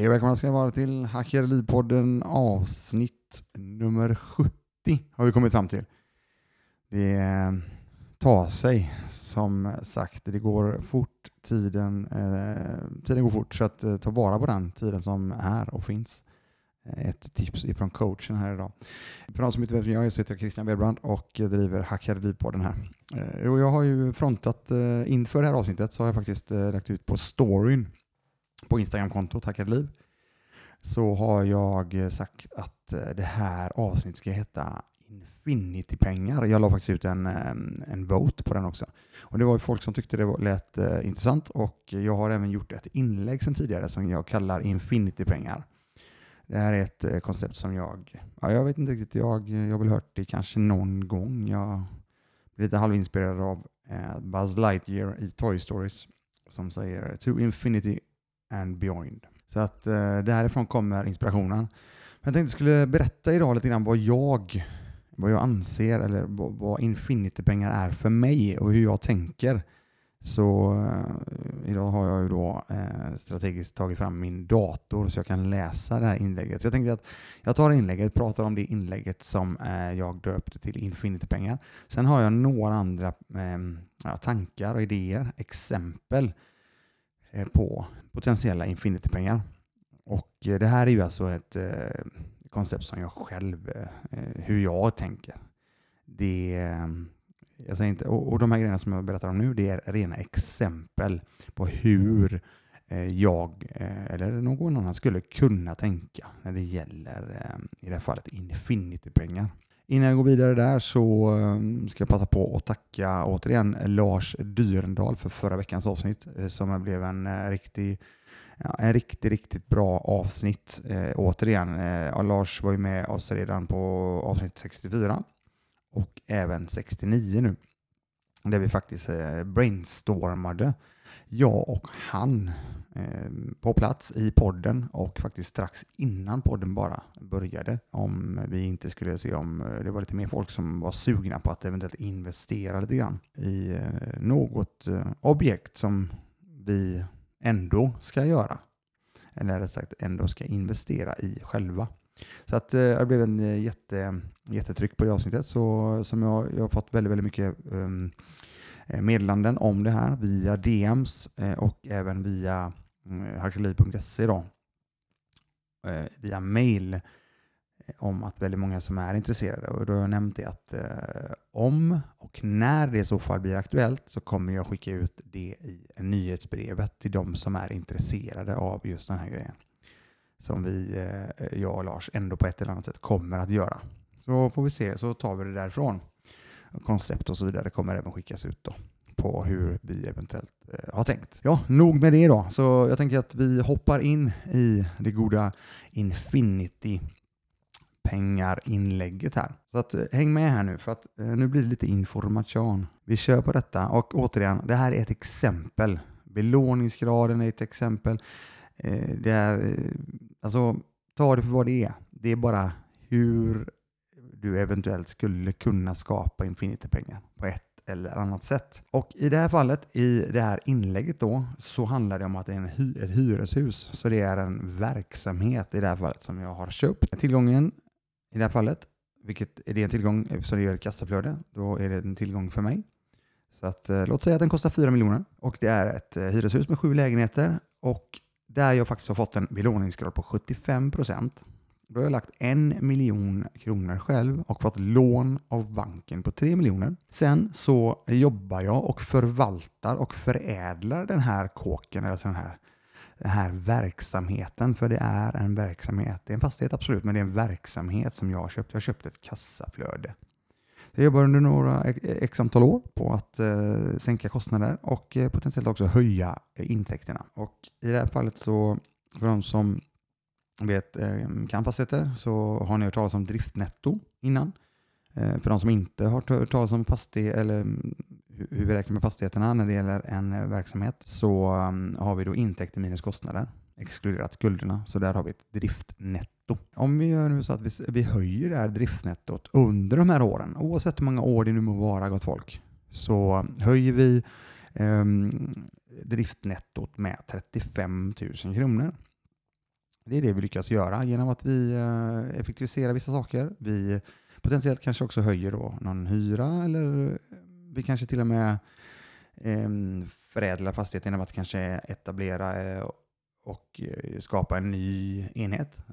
Hej och välkomna ska ni vara till Hackerlivpodden avsnitt nummer 70 har vi kommit fram till. Det tar sig som sagt, det går fort, tiden går fort, så att ta vara på den tiden som är och finns. Ett tips ifrån coachen här idag. För de som inte vet vem jag är så heter jag Christian Wedbrand och driver Hackerlivpodden här. Och jag har ju frontat inför det här avsnittet, så har jag faktiskt lagt ut på storyn på Instagram-kontot Hackerliv. Så har jag sagt att det här avsnittet ska heta Infinity-pengar. Jag la faktiskt ut en vote på den också. Och det var ju folk som tyckte det lät intressant, och jag har även gjort ett inlägg sedan tidigare som jag kallar Infinity-pengar. Det här är ett koncept som jag vet inte riktigt, jag har väl hört det kanske någon gång. Jag blir lite halvinspirerad av Buzz Lightyear i Toy Stories som säger To Infinity and Beyond. Så att därifrån kommer inspirationen. Men jag tänkte jag skulle berätta idag lite grann vad jag anser, eller vad Infinity-pengar är för mig och hur jag tänker. Så idag har jag ju då strategiskt tagit fram min dator så jag kan läsa det här inlägget. Så jag tänkte att jag tar inlägget, pratar om det inlägget som jag döpte till Infinity-pengar. Sen har jag några andra tankar och idéer, exempel på potentiella Infinity-pengar. Och det här är ju alltså ett koncept som jag själv, hur jag tänker. Jag säger inte, och de här grejerna som jag berättar om nu, det är rena exempel på hur jag eller någon annan skulle kunna tänka när det gäller i det här fallet Infinity-pengar. Innan jag går vidare där så ska jag passa på att tacka återigen Lars Dyrendal för förra veckans avsnitt som blev en riktigt bra avsnitt. Återigen, Lars var ju med oss redan på avsnitt 64 och även 69 nu. Där vi faktiskt brainstormade, jag och han på plats i podden, och faktiskt strax innan podden bara började, om vi inte skulle se om det var lite mer folk som var sugna på att eventuellt investera lite grann i något objekt som vi ändå ska göra, eller rätt sagt ändå ska investera i själva. Så att det blev en jättetryck på det avsnittet, så som jag har fått väldigt mycket meddelanden om det här via DMs och även via hackerliv.se då, via mail, om att väldigt många som är intresserade. Och då har jag nämnt det att om och när det i så fall blir aktuellt så kommer jag skicka ut det i nyhetsbrevet till de som är intresserade av just den här grejen. Som jag och Lars ändå på ett eller annat sätt kommer att göra. Så får vi se, så tar vi det därifrån. Koncept och så vidare kommer även skickas ut då, på hur vi eventuellt har tänkt. Ja, nog med det då. Så jag tänker att vi hoppar in i det goda Infinity-pengar-inlägget här. Så att häng med här nu, för att nu blir det lite information. Vi kör på detta, och återigen, det här är ett exempel. Belåningsgraden är ett exempel. Det är, alltså, ta det för vad det är. Det är bara hur du eventuellt skulle kunna skapa Infinity-pengar på ett eller annat sätt. Och i det här fallet, i det här inlägget då, så handlar det om att det är ett hyreshus. Så det är en verksamhet i det här fallet som jag har köpt. Tillgången i det här fallet, vilket är det en tillgång, eftersom det är ett kassaflöde, då är det en tillgång för mig. Så att låt säga att den kostar 4 miljoner, och det är ett hyreshus med 7 lägenheter, och där jag faktiskt har fått en belåningsgrad på 75%. Då har jag lagt 1 miljon kronor själv och fått lån av banken på 3 miljoner. Sen så jobbar jag och förvaltar och förädlar den här kåken, alltså den här verksamheten. För det är en verksamhet. Det är en fastighet absolut, men det är en verksamhet som jag har köpt. Jag har köpt ett kassaflöde. Jag jobbar under några x antal år på att sänka kostnader och potentiellt också höja intäkterna. Och i det här fallet så, för de som kan fastigheter, så har ni hört talas om driftnetto innan. För de som inte har hört talas om fastighet, eller hur vi räknar med fastigheterna när det gäller en verksamhet, så har vi då intäkter minus kostnader, exkluderat skulderna. Så där har vi ett driftnetto. Om vi gör nu så att vi höjer det här driftnettot under de här åren, oavsett hur många år det nu må vara, gott folk, så höjer vi driftnettot med 35 000 kronor. Det är det vi lyckas göra genom att vi effektiviserar vissa saker. Vi potentiellt kanske också höjer då någon hyra, eller vi kanske till och med förädlar fastigheten genom att kanske etablera och skapa en ny enhet.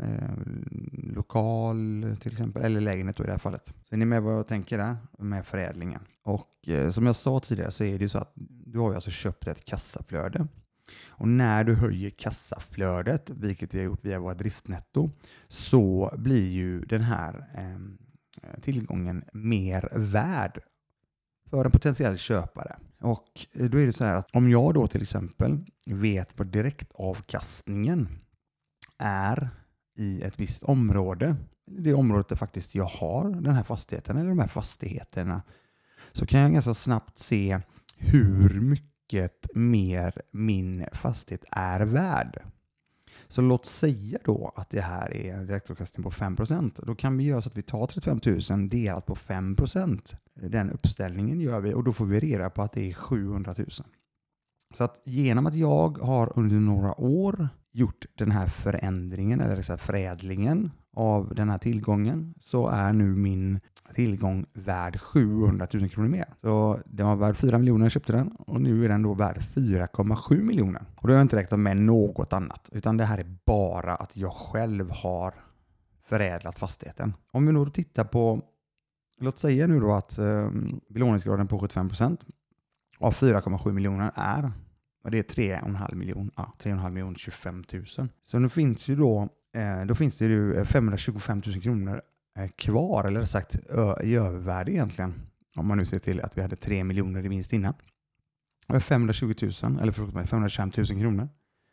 Lokal till exempel, eller lägenhet då i det här fallet. Så är ni med vad jag tänker där med förädlingen? Och som jag sa tidigare så är det ju så att du har ju alltså köpt ett kassaflöde. Och när du höjer kassaflödet, vilket vi har gjort via våra driftnetto, så blir ju den här tillgången mer värd för en potentiell köpare. Och då är det så här att om jag då till exempel vet vad direktavkastningen är i ett visst område, det området där faktiskt jag har den här fastigheten eller de här fastigheterna, så kan jag ganska snabbt se hur mycket mer min fastighet är värd. Så låt säga då att det här är en direktavkastning på 5%. Då kan vi göra så att vi tar 35 000 delat på 5%. Den uppställningen gör vi och då får vi reda på att det är 700 000. Så att genom att jag har under några år gjort den här förändringen eller så här förädlingen av den här tillgången, så är nu min tillgång värd 700 000 kronor mer. Så den var värd 4 miljoner när jag köpte den och nu är den då värd 4,7 miljoner. Och då har jag inte räknat med något annat, utan det här är bara att jag själv har förädlat fastigheten. Om vi nu tittar på, låt säga nu då att belåningsgraden på 75% av 4,7 miljoner är, och det är 3,5 miljoner, 3,5 miljoner 25 000. Så nu finns ju då finns det ju 525 000 kronor kvar, eller sagt i övervärde egentligen. Om man nu ser till att vi hade 3 miljoner i vinst innan. Och 525 000 kronor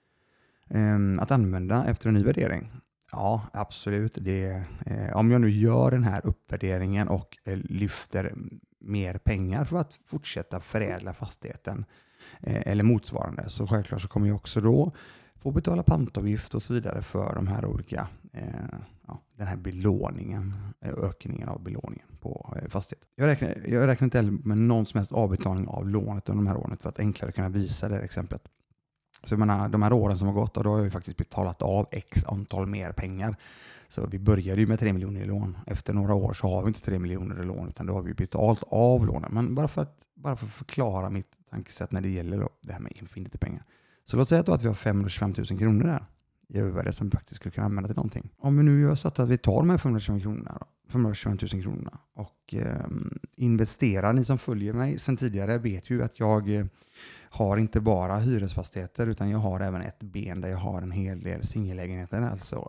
att använda efter en ny värdering. Ja, absolut. Om jag nu gör den här uppvärderingen och lyfter mer pengar för att fortsätta förädla fastigheten eller motsvarande, så självklart så kommer jag också då få betala pantavgift och så vidare för de här olika den här belåningen, ökningen av belåningen på fastighet. Jag räknar inte med någon som helst avbetalning av lånet under de här åren för att enklare kunna visa det här exemplet. Så jag menar, de här åren som har gått, då har jag faktiskt betalat av x antal mer pengar. Så vi började ju med 3 miljoner i lån. Efter några år så har vi inte 3 miljoner i lån, utan då har vi betalat av lånen. Men bara för att förklara mitt tankesätt när det gäller då det här med Infinity-pengar. Så låt säga då att vi har 525 000 kronor där i övervärde som vi faktiskt skulle kunna använda till någonting. Om vi nu gör så att vi tar de här 525 000 kronorna och investerar. Ni som följer mig sedan tidigare vet ju att jag har inte bara hyresfastigheter, utan jag har även ett ben där jag har en hel del singellägenheter, alltså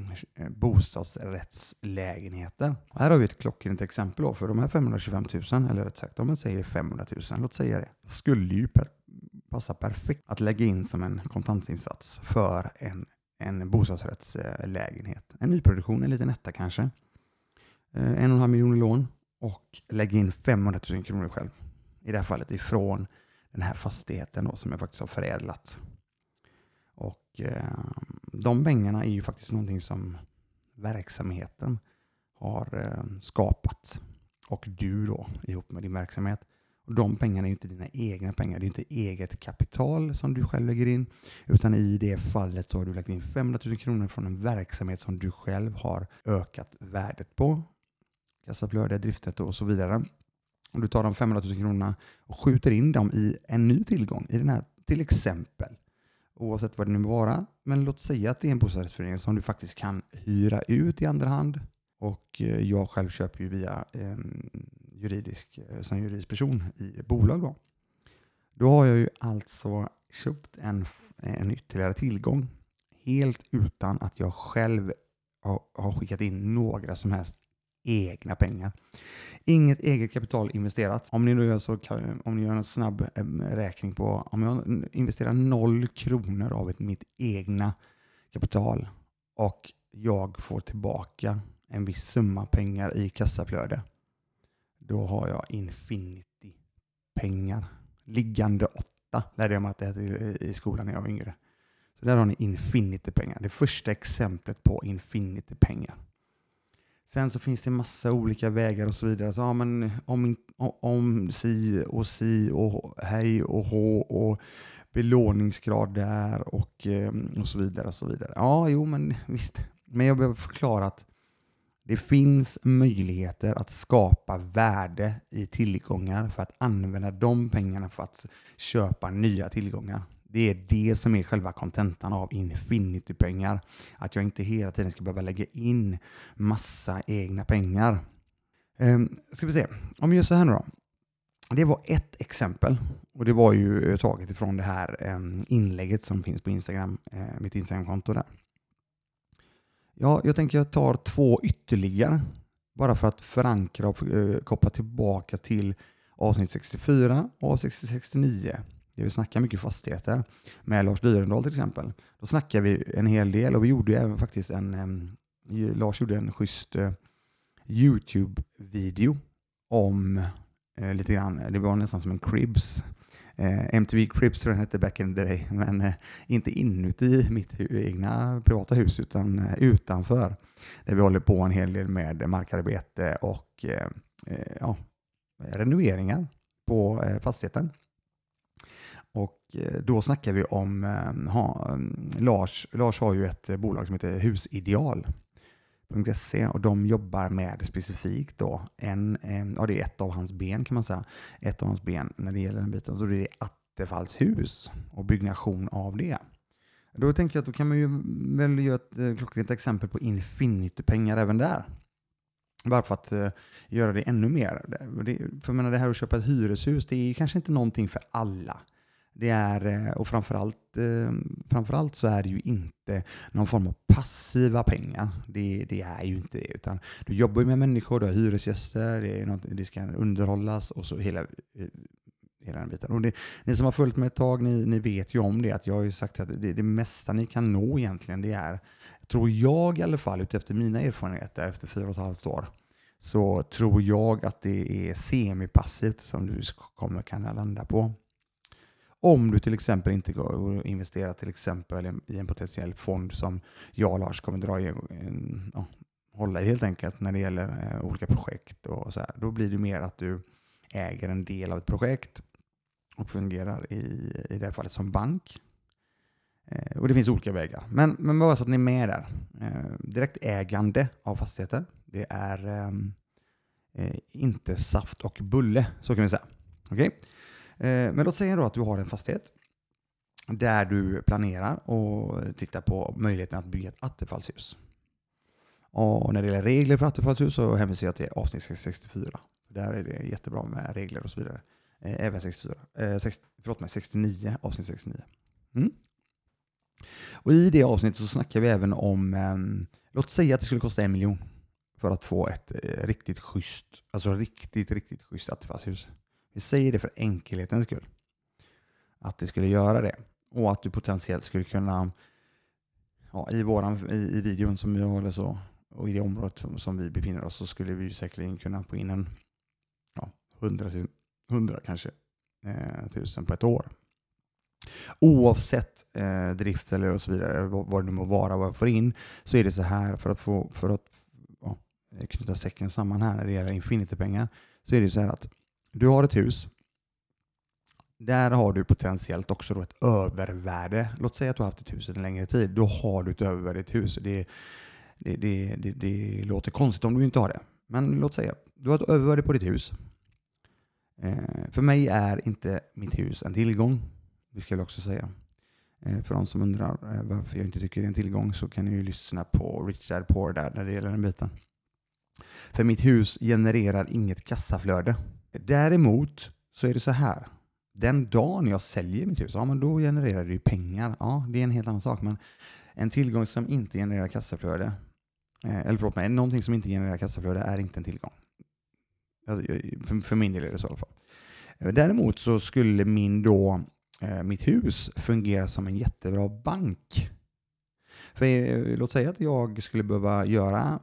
bostadsrättslägenheter. Här har vi ett klockrent exempel då, för de här 525 000, eller rätt sagt om man säger 500 000, låt säga det, skulle ju passa perfekt att lägga in som en kontantinsats för en bostadsrättslägenhet. En nyproduktion, en liten etta kanske. 1,5 miljoner lån och lägga in 500 000 kronor själv. I det här fallet ifrån den här fastigheten då, som jag faktiskt har förädlat. Och de pengarna är ju faktiskt någonting som verksamheten har skapat. Och du då ihop med din verksamhet. Och de pengarna är ju inte dina egna pengar. Det är inte eget kapital som du själv lägger in. Utan i det fallet så har du lagt in 500 000 kronor från en verksamhet som du själv har ökat värdet på. Kassaflöde, driftet och så vidare. Och du tar de 500 000 kronorna och skjuter in dem i en ny tillgång. I den här till exempel. Oavsett vad det nu vara. Men låt säga att det är en bostadsrättsförening som du faktiskt kan hyra ut i andra hand. Och jag själv köper ju via som juridisk person i bolag då. Då har jag ju alltså köpt en ytterligare tillgång. Helt utan att jag själv har skickat in några som helst egna pengar. Inget eget kapital investerat. Om ni gör en snabb räkning på, om jag investerar 0 kronor av mitt egna kapital och jag får tillbaka en viss summa pengar i kassaflöde, då har jag Infinity pengar. Liggande 8 lärde jag mig att det heter i skolan när jag var yngre. Så där har ni Infinity pengar. Det första exemplet på Infinity pengar. Sen så finns det massa olika vägar och så vidare. Så, men om si och hej och hå och belåningsgrad där och så vidare och så vidare. Ja, jo men visst. Men jag behöver förklara att det finns möjligheter att skapa värde i tillgångar för att använda de pengarna för att köpa nya tillgångar. Det är det som är själva kontentan av Infinity-pengar. Att jag inte hela tiden ska behöva lägga in massa egna pengar. Ska vi se. Om vi gör så här nu då. Det var ett exempel. Och det var ju taget ifrån det här inlägget som finns på Instagram. Mitt Instagram-konto där. Ja, jag tänker jag tar 2 ytterligare. Bara för att förankra och koppla tillbaka till avsnitt 64 och avsnitt 69. Det vi snackar mycket fastigheter. Med Lars Dyrendal till exempel. Då snackar vi en hel del och vi gjorde även faktiskt Lars gjorde en schysst YouTube-video om lite grann. Det var nästan som en Cribs. MTV Cribs tror jag den hette back in the day. Men inte inuti mitt egna privata hus utan utanför. Där vi håller på en hel del med markarbete och renoveringar på fastigheten. Och då snackar vi om Lars har ju ett bolag som heter Husideal.se och de jobbar med specifikt då det är ett av hans ben kan man säga. Ett av hans ben när det gäller den biten. Så det är attefallshus och byggnation av det. Då tänker jag att då kan man ju väl göra ett klockrent exempel på Infinity-pengar även där. Bara för att göra det ännu mer. För jag menar, det här att köpa ett hyreshus, det är ju kanske inte någonting för alla. Det är, och framförallt så är det ju inte någon form av passiva pengar. Det är ju inte det. Utan du jobbar ju med människor, du har hyresgäster, det ska underhållas och så hela den biten. Och ni som har följt mig ett tag, ni vet ju om det. Att jag har ju sagt att det mesta ni kan nå egentligen, det är, tror jag i alla fall, efter mina erfarenheter efter 4,5 år, så tror jag att det är semipassivt som du kan landa på. Om du till exempel inte går och investerar till exempel i en potentiell fond som jag och Lars kommer hålla i helt enkelt när det gäller olika projekt och så här. Då blir det mer att du äger en del av ett projekt och fungerar i det här fallet som bank. Och det finns olika vägar. Men bara så att ni är med där. Direkt ägande av fastigheter. Det är inte saft och bulle, så kan vi säga. Okej? Men låt säga då att du har en fastighet där du planerar och tittar på möjligheten att bygga ett attefallshus. Och när det gäller regler för attefallshus så hänvisar jag till avsnitt 64. Där är det jättebra med regler och så vidare. Även 69, avsnitt 69. Och i det avsnittet så snackar vi även om, låt säga att det skulle kosta 1 miljon för att få ett riktigt schysst attefallshus. Vi säger det för enkelhetens skull. Att det skulle göra det. Och att du potentiellt skulle kunna, i videon som vi håller så, och i det området som vi befinner oss, så skulle vi säkerligen kunna få in en 100 kanske 1000 på ett år. Oavsett drift eller och så vidare, vad det må vara, vad jag får in, så är det så här, för att knyta säcken samman här när det gäller Infinity-pengar, så är det så här att du har ett hus. Där har du potentiellt också då ett övervärde. Låt säga att du har haft ett hus en längre tid. Då har du ett övervärde i ett hus. Det låter konstigt om du inte har det. Men låt säga, du har ett övervärde på ditt hus. För mig är inte mitt hus en tillgång. Det ska jag också säga. För de som undrar varför jag inte tycker det är en tillgång, så kan ni ju lyssna på Rich Dad Poor Dad när det gäller den biten. För mitt hus genererar inget kassaflöde. Däremot så är det så här. Den dagen jag säljer mitt hus, men då genererar det ju pengar. Ja, det är en helt annan sak. Men en tillgång som inte genererar kassaflöde, någonting som inte genererar kassaflöde är inte en tillgång. Alltså, för min del är det så i alla fall. Däremot så skulle mitt hus fungera som en jättebra bank. För låt säga att jag skulle behöva göra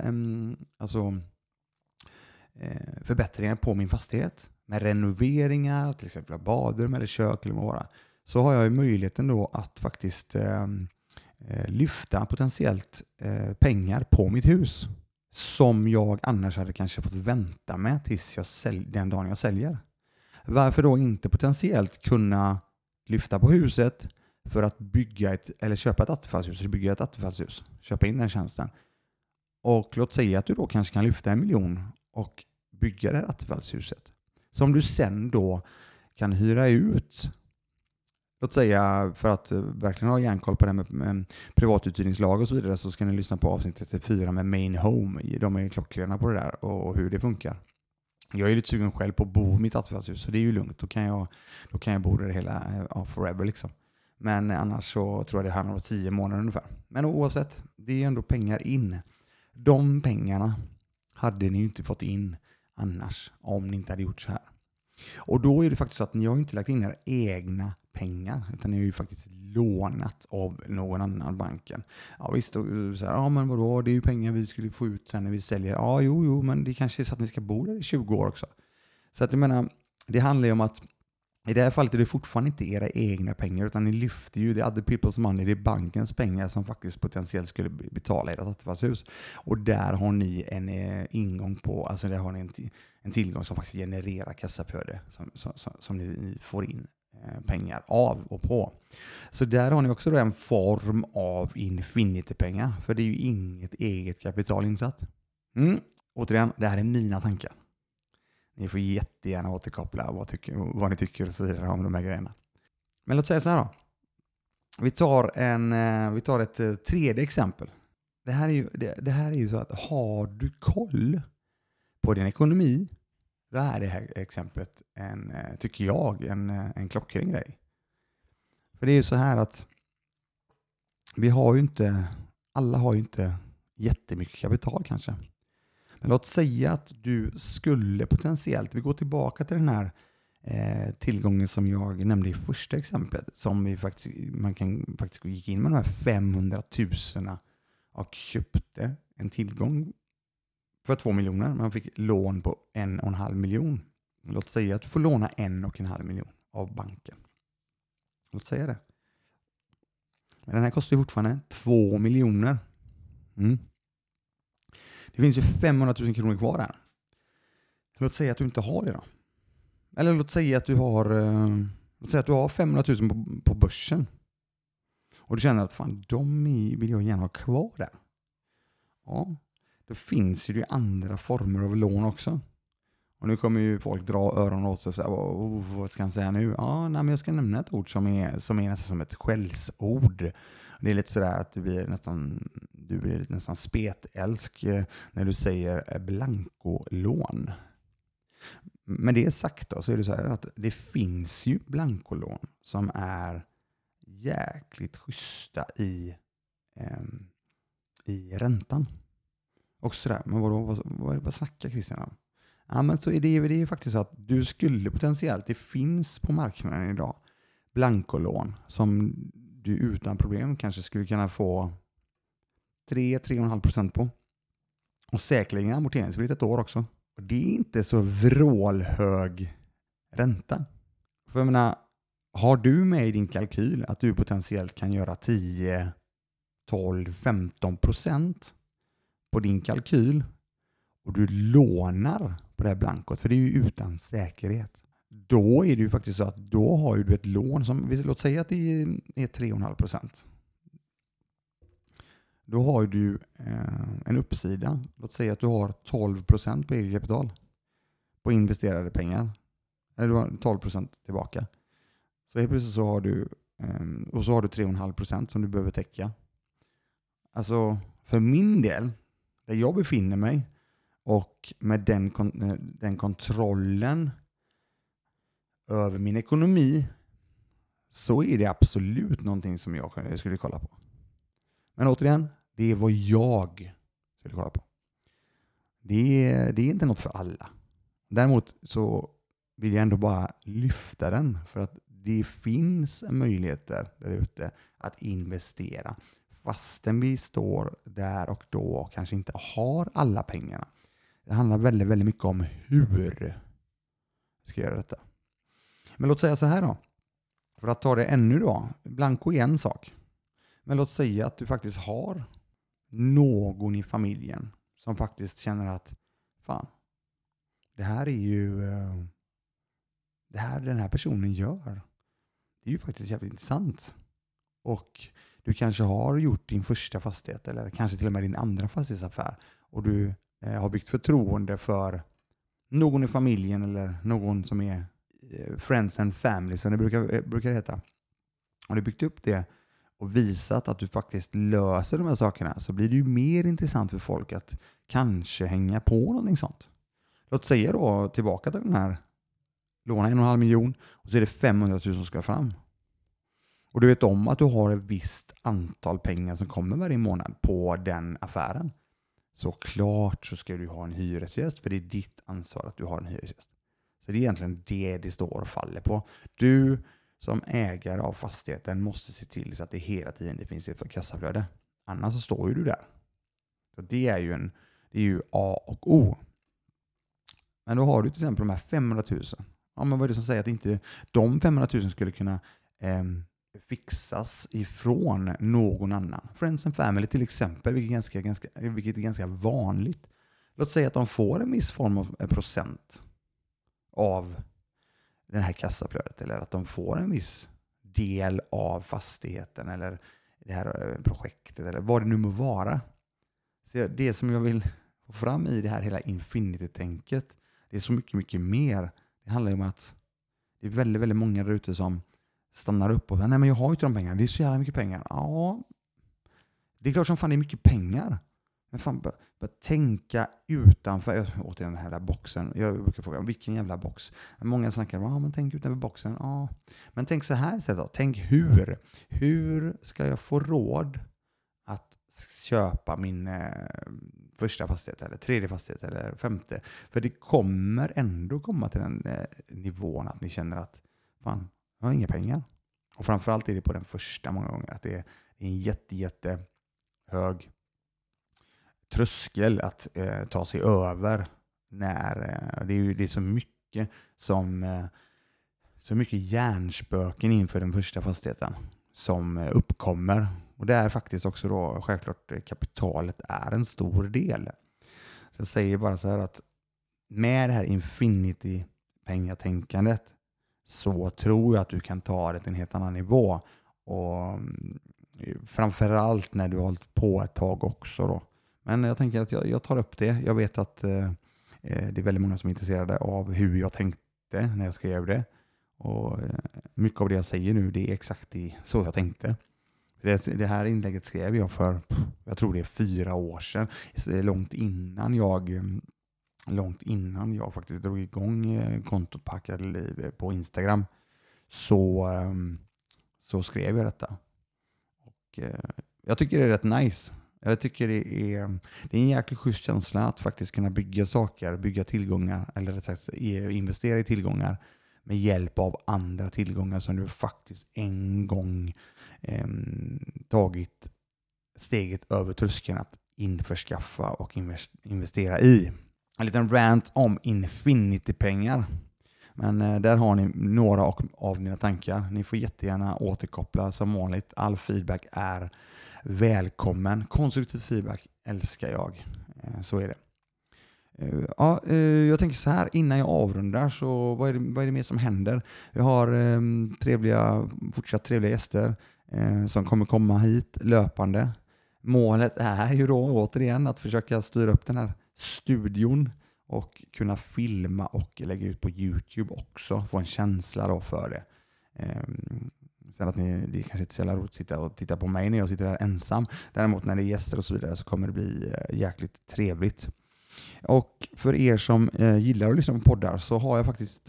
förbättringar på min fastighet med renoveringar, till exempel badrum eller kök eller vad det är. Så har jag ju möjligheten då att faktiskt lyfta potentiellt pengar på mitt hus som jag annars hade kanske fått vänta med tills den dagen jag säljer. Varför då inte potentiellt kunna lyfta på huset för att köpa ett attefallshus, bygga ett attefallshus, köpa in den tjänsten. Och låt säga att du då kanske kan lyfta 1 miljon och bygga det här attefallshuset. Som du sen då kan hyra ut. Låt säga, för att verkligen ha järnkoll på det här med privatuthyrningslag och så vidare, så ska ni lyssna på avsnittet 4 med Main Home. De är klockrena på det där och hur det funkar. Jag är lite sugen själv på att bo i mitt attefallshus, så det är ju lugnt. Då kan jag bo där hela forever liksom. Men annars så tror jag det handlar om 10 månader ungefär. Men oavsett, det är ändå pengar in. De pengarna hade ni inte fått in annars om ni inte hade gjort så här. Och då är det faktiskt så att ni har inte lagt in era egna pengar, utan ni har ju faktiskt lånat av någon annan banken. Ja visst, så här, ja men vadå, det är ju pengar vi skulle få ut sen när vi säljer. Ja jo, men det kanske är så att ni ska bo där i 20 år också. Så att jag menar, det handlar ju om att i det här fallet är det fortfarande inte era egna pengar, utan ni lyfter ju the other people's money, det är bankens pengar som faktiskt potentiellt skulle betala ert attefallshus. Och där har ni en ingång på, alltså där har ni en tillgång som faktiskt genererar kassaflöde som ni får in pengar av och på. Så där har ni också då en form av infinity-pengar, för det är ju inget eget kapital insatt. Återigen, det här är mina tankar. Ni får jättegärna återkoppla vad ni tycker och så vidare om de här grejerna. Men låt säga så här då. Vi tar ett tredje exempel. Det här är ju så att har du koll på din ekonomi, då är det här exemplet tycker jag en klockren grej. För det är ju så här att alla har ju inte jättemycket kapital kanske. Men låt säga att du skulle potentiellt, vi går tillbaka till den här tillgången som jag nämnde i första exemplet, som man kan faktiskt gick in med de här 500 000 och köpte en tillgång för 2 miljoner. Man fick lån på 1,5 miljon. Låt säga att du får låna 1,5 miljon av banken. Låt säga det. Men den här kostar ju fortfarande 2 miljoner. Det finns ju 500 000 kronor kvar där. Låt säga att du inte har det då. Eller låt säga att du har 500 000 på börsen. Och du känner att fan, de vill jag gärna ha kvar där. Ja, då finns ju andra former av lån också. Och nu kommer ju folk dra öronen åt sig och säga, vad ska han säga nu? Ja, men jag ska nämna ett ord som är nästan som ett skällsord. Det är lite sådär att du blir nästan spetälsk när du säger blankolån. Men det sagt då, så är det så här att det finns ju blankolån som är jäkligt schyssta i räntan. Och sådär, men vad snackar Christian om? Ja, men så är det faktiskt så att du skulle potentiellt, det finns på marknaden idag blankolån som du utan problem kanske skulle kunna få 3-3,5% på. Och säkerligen amorteringsfritt ett år också. Och det är inte så vrålhög ränta. För jag menar, har du med i din kalkyl att du potentiellt kan göra 10, 12, 15% på din kalkyl och du lånar på det här blankot, för det är ju utan säkerhet. Då är det ju faktiskt så att då har du ett lån som, låt säga att det är 3,5%. Då har du en uppsida. Låt säga att du har 12% på eget kapital på investerade pengar. Eller du har 12% tillbaka. Så helt plötsligt så har du 3,5% som du behöver täcka. Alltså för min del, där jag befinner mig och med den kontrollen över min ekonomi, så är det absolut någonting som jag skulle kolla på. Men återigen, det är vad jag skulle kolla på. Det är inte något för alla. Däremot så vill jag ändå bara lyfta den, för att det finns möjligheter där ute att investera fastän vi står där och då och kanske inte har alla pengarna. Det handlar väldigt, väldigt mycket om hur vi ska göra detta. Men låt säga så här då. För att ta det ännu då. Blanko är en sak. Men låt säga att du faktiskt har någon i familjen som faktiskt känner att fan, det här är ju det här den här personen gör. Det är ju faktiskt jävligt intressant. Och du kanske har gjort din första fastighet eller kanske till och med din andra fastighetsaffär. Och du har byggt förtroende för någon i familjen eller någon som är friends and family som det brukar heta. Har du byggt upp det och visat att du faktiskt löser de här sakerna, så blir det ju mer intressant för folk att kanske hänga på någonting sånt. Låt säga då tillbaka till den här, låna 1,5 miljon och så är det 500 000 som ska fram. Och du vet om att du har ett visst antal pengar som kommer varje månad på den affären. Så klart så ska du ha en hyresgäst, för det är ditt ansvar att du har en hyresgäst. Så det är egentligen det står och faller på. Du som ägare av fastigheten måste se till så att det hela tiden det finns ett kassaflöde. Annars så står ju du där. Så det är ju A och O. Men då har du till exempel de här 500 000. Ja, men vad är det som säger att inte de 500 000 skulle kunna fixas ifrån någon annan? Friends and family till exempel, vilket är ganska vanligt. Låt säga att de får en viss form av procent av det här kassaflödet, eller att de får en viss del av fastigheten eller det här projektet eller vad det nu må vara. Så det som jag vill få fram i det här hela infinity-tänket, det är så mycket, mycket mer. Det handlar ju om att det är väldigt, väldigt många där ute som stannar upp och säger, nej men jag har ju inte de pengarna, det är så jävla mycket pengar. Ja, det är klart som fan det är mycket pengar. Men fan, bara tänka utanför, återigen den här där boxen. Jag brukar fråga, vilken jävla box? Många snackar, ja men tänk utanför boxen. Ja, men tänk så här istället då. Tänk hur ska jag få råd att köpa min första fastighet eller tredje fastighet eller femte? För det kommer ändå komma till den nivån att ni känner att fan, jag har inga pengar. Och framförallt är det på den första många gånger att det är en jätte hög tröskel att ta sig över när det är så mycket så mycket hjärnspöken inför den första fastigheten som uppkommer. Och det är faktiskt också då självklart kapitalet är en stor del. Så jag säger bara så här att med det här infinity-pengatänkandet så tror jag att du kan ta det till en helt annan nivå. Och framförallt när du har hållit på ett tag också då. Men jag tänker att jag tar upp det. Jag vet att det är väldigt många som är intresserade av hur jag tänkte när jag skrev det. Och mycket av det jag säger nu, det är exakt så jag tänkte. Det här inlägget skrev jag för, jag tror det är 4 år sedan. Långt innan jag faktiskt drog igång kontot Packade Liv på Instagram. Så skrev jag detta. Och jag tycker det är rätt nice. Jag tycker det är en jäkligt schysst känsla att faktiskt kunna bygga saker, bygga tillgångar eller rätt sagt investera i tillgångar med hjälp av andra tillgångar som du faktiskt en gång tagit steget över tröskeln att införskaffa och investera i. En liten rant om infinity-pengar. Men där har ni några av mina tankar. Ni får jättegärna återkoppla som vanligt. All feedback är välkommen. Konstruktiv feedback älskar jag. Så är det. Jag tänker så här, innan jag avrundar, så vad är det mer som händer? Vi har fortsatt trevliga gäster som kommer komma hit löpande. Målet är ju då återigen att försöka styra upp den här studion och kunna filma och lägga ut på YouTube också. Få en känsla då för det. Sen att det kanske inte är så jävla roligt att sitta och titta på mig när jag sitter där ensam. Däremot när det är gäster och så vidare så kommer det bli jäkligt trevligt. Och för er som gillar att lyssna på poddar så har jag faktiskt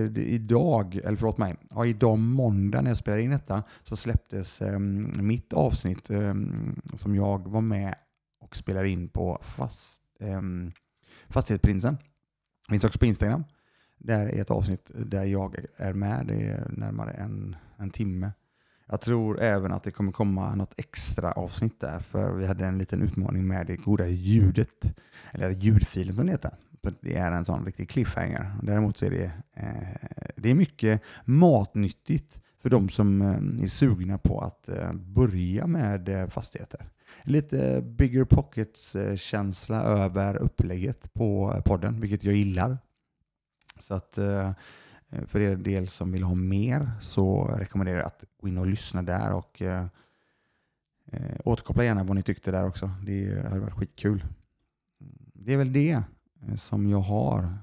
idag måndag när jag spelar in detta så släpptes mitt avsnitt som jag var med och spelade in på Fastighetsprinsen. Det finns också på Instagram. Där är ett avsnitt där jag är med. Det är närmare en timme. Jag tror även att det kommer komma något extra avsnitt där. För vi hade en liten utmaning med det goda ljudet. Eller ljudfilen som det heter. Det är en sån riktig cliffhanger. Däremot så är det är mycket matnyttigt för de som är sugna på att börja med fastigheter. Lite bigger pockets-känsla över upplägget på podden, vilket jag gillar. Så att För er del som vill ha mer så rekommenderar jag att gå in och lyssna där och återkoppla gärna vad ni tyckte där också. Det hade varit skitkul. Det är väl det som jag har.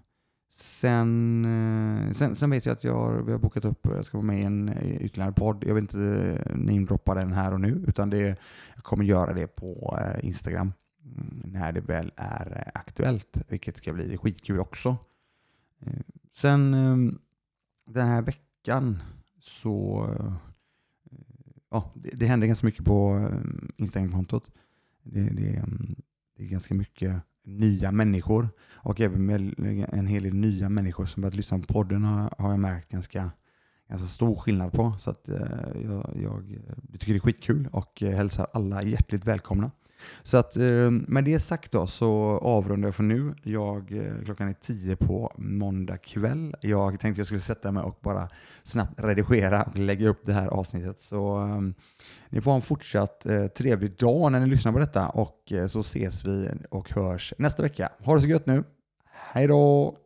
Sen vet jag att vi har bokat upp, jag ska vara med i en ytterligare podd. Jag vill inte namedroppa den här och nu, utan jag kommer göra det på Instagram när det väl är aktuellt, vilket ska bli skitkul också. Sen den här veckan så det händer ganska mycket på Instagram-kontot. Det är ganska mycket nya människor och även en hel del nya människor som börjat lyssna på podden har jag märkt ganska stor skillnad på. Så att jag tycker det är skitkul och hälsar alla hjärtligt välkomna. Så att med det sagt då så avrundar jag för nu. Klockan är 10 på måndag kväll. Jag tänkte jag skulle sätta mig och bara snabbt redigera och lägga upp det här avsnittet. Så ni får en fortsatt trevlig dag när ni lyssnar på detta och så ses vi och hörs nästa vecka. Ha det så gött nu. Hej då!